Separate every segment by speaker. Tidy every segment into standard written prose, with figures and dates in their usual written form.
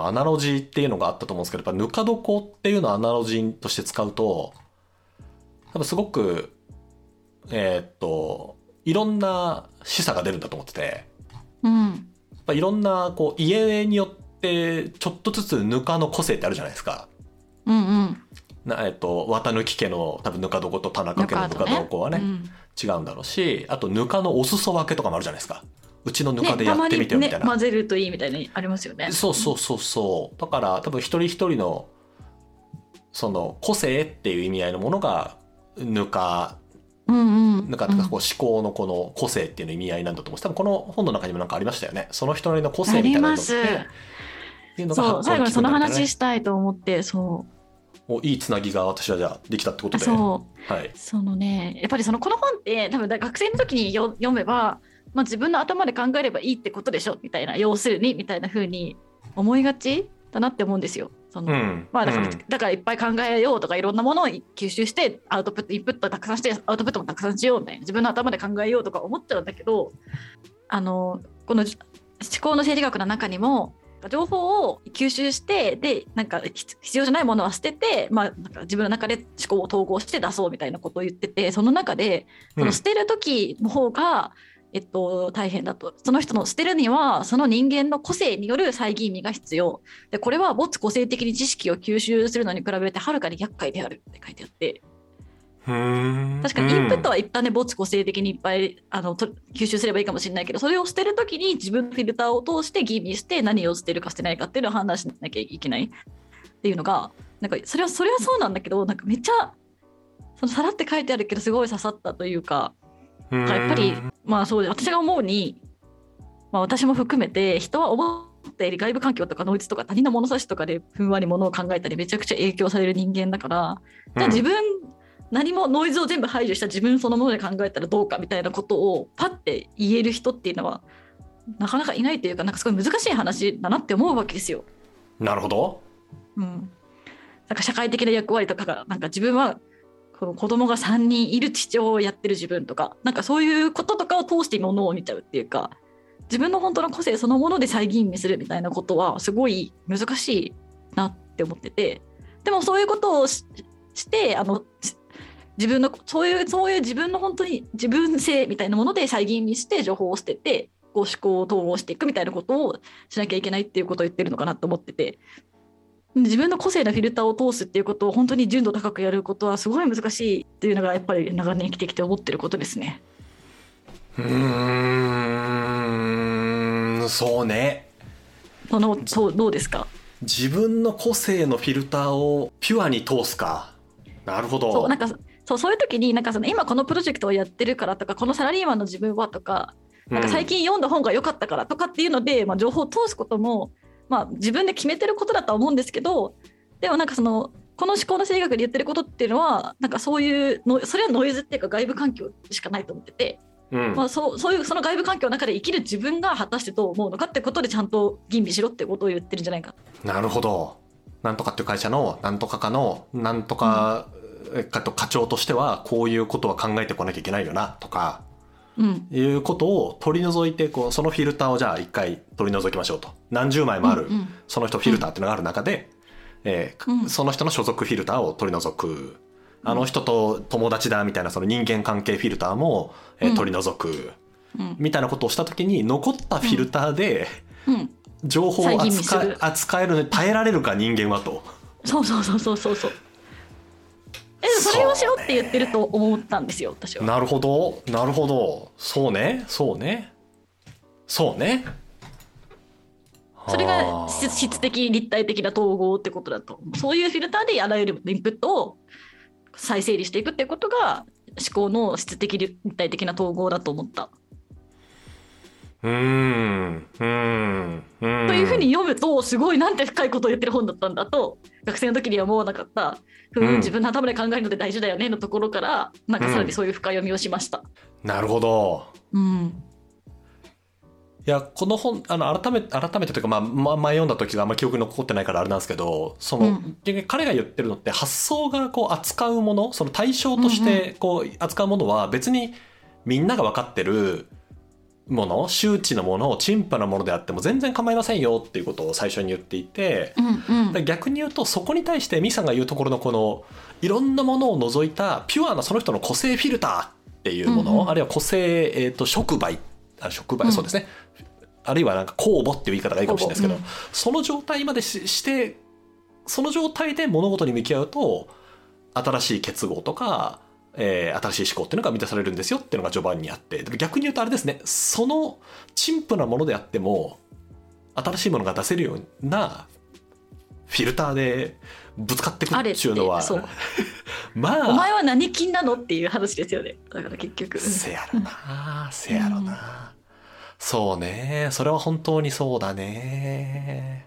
Speaker 1: アナロジーっていうのがあったと思うんですけど、やっぱぬか床っていうのをアナロジーとして使うと多分すごくいろんな示唆が出るんだと思ってて、
Speaker 2: うん、
Speaker 1: やっぱいろんなこう家によってちょっとずつぬかの個性ってあるじゃないですか。
Speaker 2: うんうん
Speaker 1: 綿貫家の多分ぬか床と田中家のぬか床はね、違うんだろうし、あとぬかのお裾分けとかもあるじゃないですか。うちのぬかでやってみてよみたいな、
Speaker 2: ね、混ぜるといいみたいにありますよね。
Speaker 1: そうそうそうそう。だから多分一人一人のその個性っていう意味合いのものがぬか、なんかこう思考のこの個性っていうの意味合いなんだと思う。多分この本の中にもなんかありましたよね。その人なりの個性みたいなのっていうのが
Speaker 2: そう、最後にその話
Speaker 1: し
Speaker 2: したいと思って、
Speaker 1: いいつなぎが私はじゃあできたってことで。
Speaker 2: そう、
Speaker 1: はい、
Speaker 2: そのね、やっぱりこの本って多分学生の時に読めば、まあ、自分の頭で考えればいいってことでしょみたいな、要するにみたいな風に思いがちだなって思うんですよ。まあだからいっぱい考えようとか、いろんなものを吸収してアウトプットインプットたくさんしてアウトプットもたくさんしようみたいな、自分の頭で考えようとか思っちゃうんだけど、この思考の生理学の中にも情報を吸収してでなんか必要じゃないものは捨てて、まあ、なんか自分の中で思考を統合して出そうみたいなことを言ってて、その中でその捨てる時の方が、大変だと。その人の捨てるにはその人間の個性による再吟味が必要で、これは没個性的に知識を吸収するのに比べてはるかに厄介であるって書いてあって、確かにインプットは一旦ね没個性的にいっぱい吸収すればいいかもしれないけど、それを捨てるときに自分のフィルターを通して吟味して何を捨てるか捨てないかっていうのを判断しなきゃいけないっていうのが、なんかそれはそうなんだけど、なんかめっちゃさらって書いてあるけどすごい刺さったというか、やっぱりまあそうで、私が思うに、まあ、私も含めて人は思ったより外部環境とかノイズとか他人の物差しとかでふんわりものを考えたりめちゃくちゃ影響される人間だから、じゃあ自分、何もノイズを全部排除した自分そのもので考えたらどうかみたいなことをパッて言える人っていうのはなかなかいないというか、なんかすごい難しい話だなって思うわけですよ。
Speaker 1: なるほど。
Speaker 2: なんか社会的な役割とかが、なんか自分はこの子供が3人いる父親をやってる自分とか、なんかそういうこととかを通してものを見ちゃうっていうか、自分の本当の個性そのもので再吟味するみたいなことはすごい難しいなって思ってて、でもそういうことをして自分のそういう自分の本当に自分性みたいなもので再吟味して情報を捨ててこう思考を統合していくみたいなことをしなきゃいけないっていうことを言ってるのかなと思ってて、自分の個性のフィルターを通すっていうことを本当に純度高くやることはすごい難しいっていうのがやっぱり長年生きてきて思ってることですね。
Speaker 1: そうね。
Speaker 2: そうどうですか？
Speaker 1: 自分の個性のフィルターをピュアに通すか。なるほど。
Speaker 2: そういう時になんか今このプロジェクトをやってるからとか、このサラリーマンの自分はとか、なんか最近読んだ本が良かったからとかっていうので、まあ、情報を通すことも、まあ、自分で決めてることだとは思うんですけど、でもなんかこの思考の生理学で言ってることっていうのはなんかそういうの、それはノイズっていうか外部環境しかないと思ってて、まあ、そういうその外部環境の中で生きる自分が果たしてどう思うのかってことでちゃんと吟味しろってことを言ってるんじゃないか。
Speaker 1: なるほど。なんとかっていう会社のなんとかかのなんとか、課長としてはこういうことは考えてこなきゃいけないよなとか、いうことを取り除いてそのフィルターをじゃあ一回取り除きましょうと。何十枚もある、その人フィルターっていうのがある中で、その人の所属フィルターを取り除く、あの人と友達だみたいなその人間関係フィルターも、取り除く、みたいなことをした時に残ったフィルターで、情報を扱えるのに耐えられるか人間はと。
Speaker 2: そうそれをしろって言ってると思ったんですよ、私は。
Speaker 1: なるほどなるほど。そうね。そ
Speaker 2: れが質的立体的な統合ってことだと。そういうフィルターであらゆるインプットを再整理していくってことが思考の質的立体的な統合だと思った。というふうに読むとすごいなんて深いことを言ってる本だったんだと学生の時には思わなかった。自分の頭で考えるので大事だよねのところからなんかさらにそういう深読みをしました。
Speaker 1: なるほど。いやこの本改めてというか、前読んだ時があんまり記憶に残ってないからあれなんですけど、彼が言ってるのって発想がこう扱うもの、その対象としてこう扱うものは別にみんなが分かってるもの、周知のものを陳腐なものであっても全然構いませんよっていうことを最初に言っていて、逆に言うとそこに対してミさんが言うところのこのいろんなものを除いたピュアなその人の個性フィルターっていうもの、あるいは個性、触媒、そうですね、あるいはなんか公募っていう言い方がいいかもしれないですけど、その状態までしてその状態で物事に向き合うと新しい結合とか、新しい思考っていうのが満たされるんですよっていうのが序盤にあって、でも逆に言うとあれですね、その陳腐なものであっても新しいものが出せるようなフィルターでぶつかってくるっていうのは
Speaker 2: まあお前は何金なのっていう話ですよね。だから結局
Speaker 1: せやろな、そうね、それは本当にそうだね。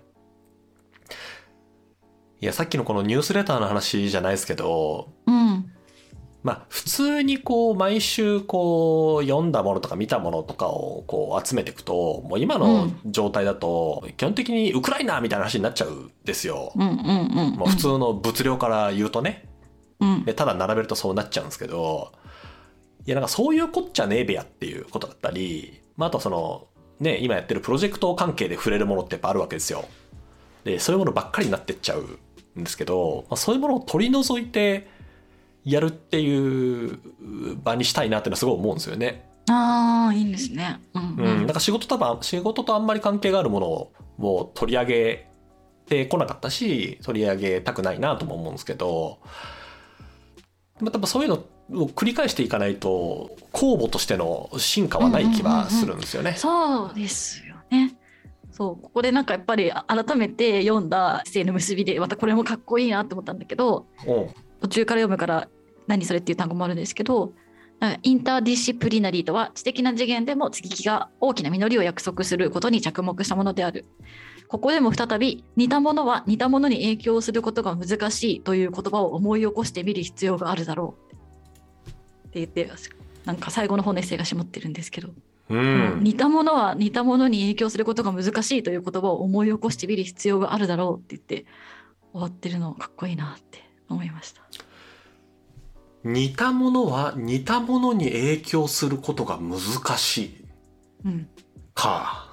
Speaker 1: いや、さっきのこのニュースレターの話じゃないですけど、まあ普通にこう毎週こう読んだものとか見たものとかをこう集めていくと、もう今の状態だと基本的にウクライナみたいな話になっちゃうんですよ。もう普通の物量から言うとね、でただ並べるとそうなっちゃうんですけど、いやなんかそういうこっちゃねえべやっていうことだったり、まあ、あとそのね今やってるプロジェクト関係で触れるものってやっぱあるわけですよ。でそういうものばっかりになってっちゃうんですけど、まあ、そういうものを取り除いてやるっていう場にしたいなっていうのはすごい思うんですよね。
Speaker 2: ああ、いいんですね。
Speaker 1: なんか仕事とあんまり関係があるものを取り上げてこなかったし、取り上げたくないなとも思うんですけど、まあ、多分そういうのを繰り返していかないと公募としての進化はない気はするんですよね。
Speaker 2: そうですよね。そうここでなんかやっぱり改めて読んだ姿勢の結びでまたこれもかっこいいなって思ったんだけど、途中から読むから何それっていう単語もあるんですけど、インターディシプリナリーとは知的な次元でも接ぎ木が大きな実りを約束することに着目したものである。ここでも再び似たものは似たものに影響することが難しいという言葉を思い起こしてみる必要があるだろうって言って、なんか最後の方のエッセイが絞ってるんですけど、似たものは似たものに影響することが難しいという言葉を思い起こしてみる必要があるだろうって言って終わってるのかっこいいなって思いました。
Speaker 1: 似たものは似たものに影響することが難しい、か。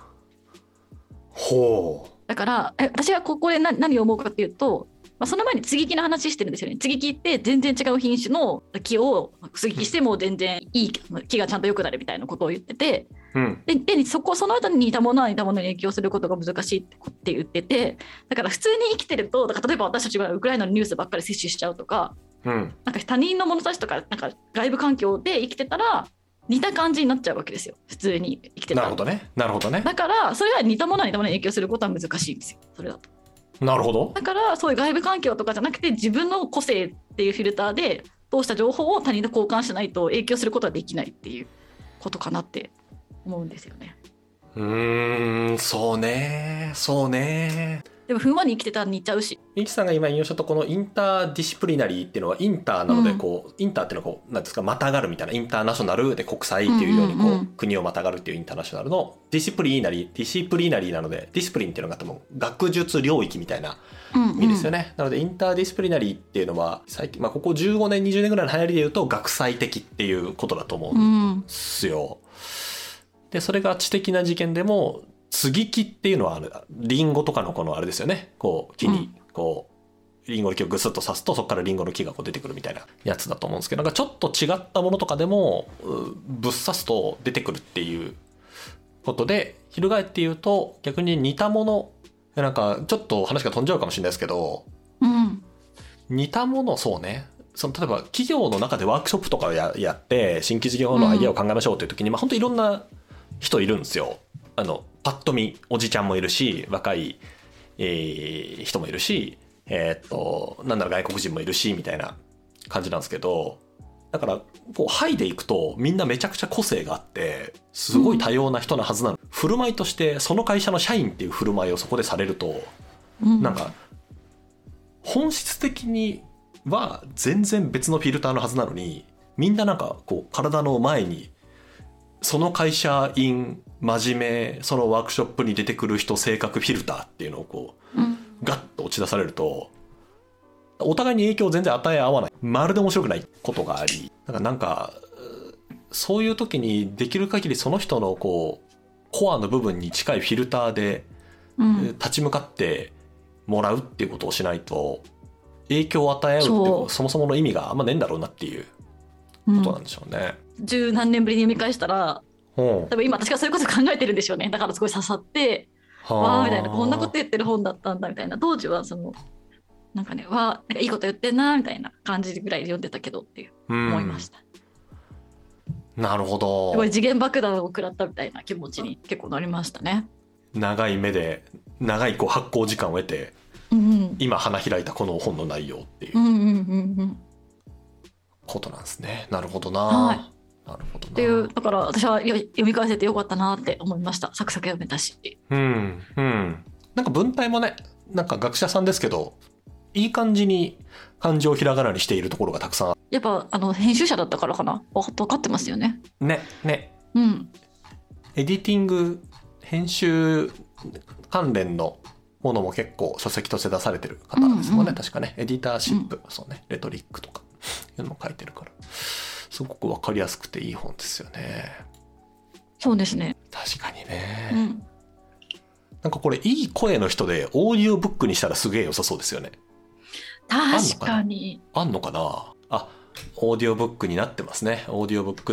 Speaker 1: ほう。だ
Speaker 2: から私はここで何を思うかっていうと、その前に接ぎ木の話してるんですよね。接ぎ木って全然違う品種の木を接ぎ木しても全然いい木がちゃんと良くなるみたいなことを言ってて、でその後に似たものは似たものに影響することが難しいって言ってて、だから普通に生きてると、だから例えば私たちがウクライナのニュースばっかり摂取しちゃうとか、なんか他人の物差しとかなんか外部環境で生きてたら似た感じになっちゃうわけですよ、普通に生きてたら。
Speaker 1: なるほどね。
Speaker 2: だからそれは似たものは似たものに影響することは難しいんですよ、それだと。
Speaker 1: なるほど。
Speaker 2: だからそういう外部環境とかじゃなくて自分の個性っていうフィルターで通した情報を他人と交換しないと影響することはできないっていうことかなって思うんですよね。
Speaker 1: そうね。
Speaker 2: でもふんわり生きてたら似ちゃうし。
Speaker 1: ミキさんが今引用したとこのインターディシプリナリーっていうのはインターなのでインターっていうのは何ですか、またがるみたいな、インターナショナルで国際っていうように国をまたがるっていうインターナショナルのディシプリナリーなので、ディシプリンっていうのが多分学術領域みたいな意味ですよね。なのでインターディシプリナリーっていうのは最近、ここ15年20年ぐらいの流行りで言うと学際的っていうことだと思うんですよ。でそれが知的な事件でも接ぎ木っていうのはリンゴとかのこのあれですよね、こう木にこうリンゴの木をグスッと刺すとそこからリンゴの木がこう出てくるみたいなやつだと思うんですけど、なんかちょっと違ったものとかでもぶっ刺すと出てくるっていうことで、翻って言うと逆に似たもの、なんかちょっと話が飛んじゃうかもしれないですけど、似たもの、そうね、その例えば企業の中でワークショップとかをやって新規事業のアイデアを考えましょうという時に、本当いろんな人いるんですよ。パッと見おじちゃんもいるし、若い、人もいるし、なんなら外国人もいるしみたいな感じなんですけど、だからこう剥いでいくとみんなめちゃくちゃ個性があってすごい多様な人なはずなの、振る舞いとしてその会社の社員っていう振る舞いをそこでされると、なんか本質的には全然別のフィルターのはずなのに、みんななんかこう体の前にその会社員真面目、そのワークショップに出てくる人性格フィルターっていうのをこうガッと落ち出されると、お互いに影響を全然与え合わない、まるで面白くないことがあり、なんかそういう時にできる限りその人のこうコアの部分に近いフィルターで立ち向かってもらうっていうことをしないと影響を与え合うっていうそもそもの意味があんまねえんだろうなっていうことなんでしょうね。
Speaker 2: 十何年ぶりに読み返したら多分今私がそういうこと考えてるんでしょうね。だからすごい刺さってわーみたいな、こんなこと言ってる本だったんだみたいな。当時はそのなんかね、わーなんかいいこと言ってんなみたいな感じぐらいで読んでたけどっていう思いました。
Speaker 1: なるほど。
Speaker 2: すごい次元爆弾を食らったみたいな気持ちに結構なりましたね。
Speaker 1: 長い目で長いこう発行時間を得て、今花開いたこの本の内容っていうことなんですね。なるほどな。はい、なるほどな。
Speaker 2: っていうだから私は読み返せてよかったなって思いました。サクサク読めたし。
Speaker 1: なんか文体もね、なんか学者さんですけどいい感じに漢字をひらがなにしているところがたくさん。
Speaker 2: やっぱ編集者だったからかな。分かってますよね。
Speaker 1: ね。エディティング編集関連のものも結構書籍として出されてる方ですもんね、確かね。エディターシップ、そうね、レトリックとかいうのも書いてるからすごく分かりやすくていい本ですよね。
Speaker 2: そうですね。
Speaker 1: 確かにね、なんかこれいい声の人でオーディオブックにしたらすげえ良さそうですよね。
Speaker 2: 確かに。
Speaker 1: あんのかな。あ、オーディオブックになってますね。オーディオブック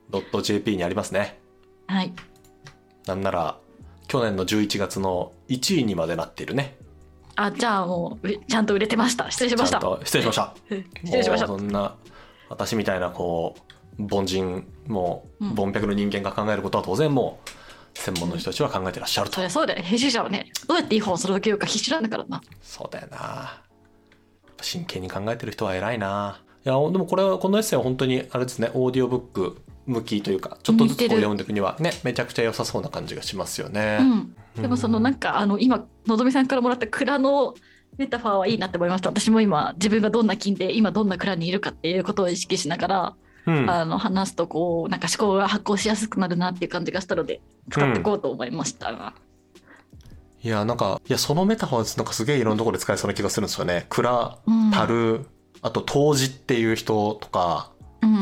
Speaker 1: .jp にありますね。
Speaker 2: はい。
Speaker 1: なんなら去年の11月の1位にまでなっているね。
Speaker 2: あ、じゃあもうちゃんと売れてました。失礼しました。
Speaker 1: 失礼しました。
Speaker 2: 失礼しました。
Speaker 1: そんな私みたいなこう凡人も凡百の人間が考えることは当然もう専門の人たちは考えてらっしゃると。
Speaker 2: そりゃそうだよ。編集者はね、どうやっていい本を届けようか必死なんだからな。
Speaker 1: そうだよな。真剣に考えてる人は偉いな。いやでもこのエッセイは本当にあれですね、オーディオブック向きというかちょっとずつこう読んでいくにはねめちゃくちゃ良さそうな感じがしますよね。
Speaker 2: でもそのなんか今のぞみさんからもらった蔵のメタファーはいいなって思いました。私も今自分がどんな金で今どんな蔵にいるかっていうことを意識しながら、話すとこうなんか思考が発行しやすくなるなっていう感じがしたので使っていこうと思いました。
Speaker 1: いやなんかそのメタファーなんかすげえいろんなところで使えそうな気がするんですよね。蔵、樽、あと杜氏っていう人とか。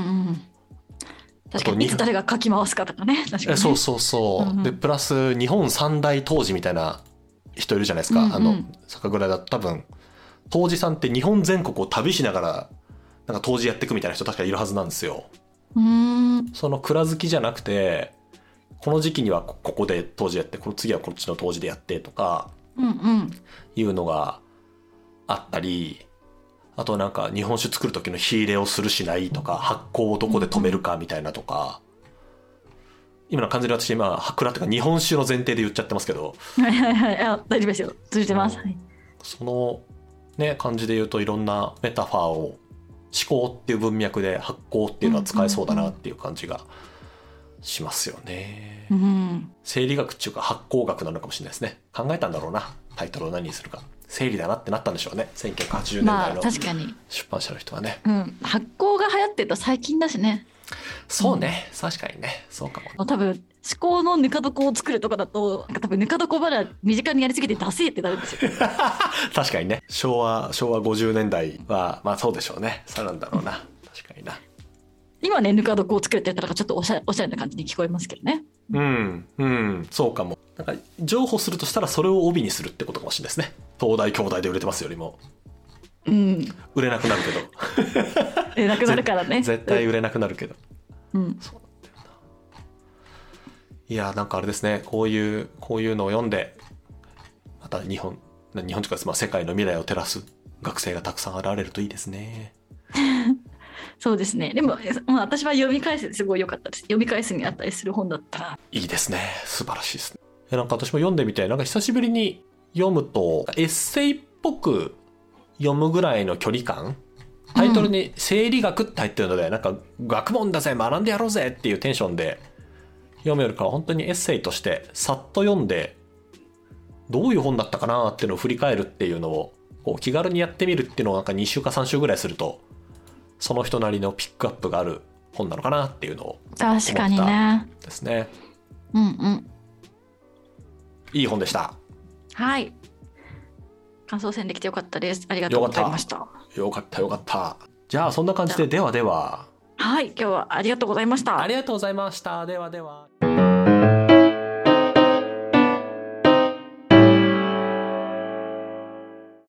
Speaker 2: 確かにいつ誰がかき回すかとかね。確かにね。
Speaker 1: そう、でプラス日本三大杜氏みたいな人いるじゃないですか。酒蔵だと多分杜氏さんって日本全国を旅しながらなんか杜氏やっていくみたいな人確かいるはずなんですよ。その蔵好きじゃなくてこの時期にはここで杜氏やってこの次はこっちの杜氏でやってとかいうのがあったり、あとなんか日本酒作る時の火入れをするしないとか発酵をどこで止めるかみたいなとか、今の完全に私蔵っていうか日本酒の前提で言っちゃってますけど、
Speaker 2: 大丈夫ですよ、通じてます。
Speaker 1: そのね感じで言うといろんなメタファーを思考っていう文脈で発酵っていうのは使えそうだなっていう感じがしますよね。生理学っていうか発酵学なのかもしれないですね。考えたんだろうな、タイトルを何にするか。生理だなってなったんでしょうね、1980年代の出版社の人はね。
Speaker 2: 発酵が流行ってると最近だしね。
Speaker 1: そうね、確かにね、そうかも。
Speaker 2: 多分思考のぬか床を作るとかだと多分ぬか床ばら身近にやりすぎてダセーってなるんですよ。
Speaker 1: 確かにね、昭和50年代はそうでしょうね。そうなんだろうな。確かにな。今
Speaker 2: ねぬか床を作るって言ったらちょっとおしゃれな感じに聞こえますけどね。
Speaker 1: そうかも。なんか譲歩するとしたらそれを帯にするってことかもしれないですね。東大京大で売れてますよりも、売れなくなるけど
Speaker 2: 売れなくなるからね。
Speaker 1: 絶対売れなくなるけど、そうなんだよな。いやなんかあれですね、こういうのを読んでまた日本というか、世界の未来を照らす学生がたくさん現れるといいですね。
Speaker 2: そうですね。でも、私は読み返せてすごい良かったです。読み返すにあったりする本だったら
Speaker 1: いいですね。素晴らしいですね。なんか私も読んでみて、なんか久しぶりに読むとエッセイっぽく読むぐらいの距離感、タイトルに生理学って入ってるので、なんか学問だぜ学んでやろうぜっていうテンションで読めるから、本当にエッセイとしてさっと読んでどういう本だったかなっていうのを振り返るっていうのをこう気軽にやってみるっていうのをなんか2週か3週ぐらいするとその人なりのピックアップがある本なのかなっていうのを思ったですね。
Speaker 2: 確かにね。
Speaker 1: いい本でした。
Speaker 2: はい。感想戦できてよかったです。ありがとうございました。
Speaker 1: よかった。じゃあそんな感じででは
Speaker 2: はい、今日はありがとうございました。
Speaker 1: ありがとうございました。ではでは。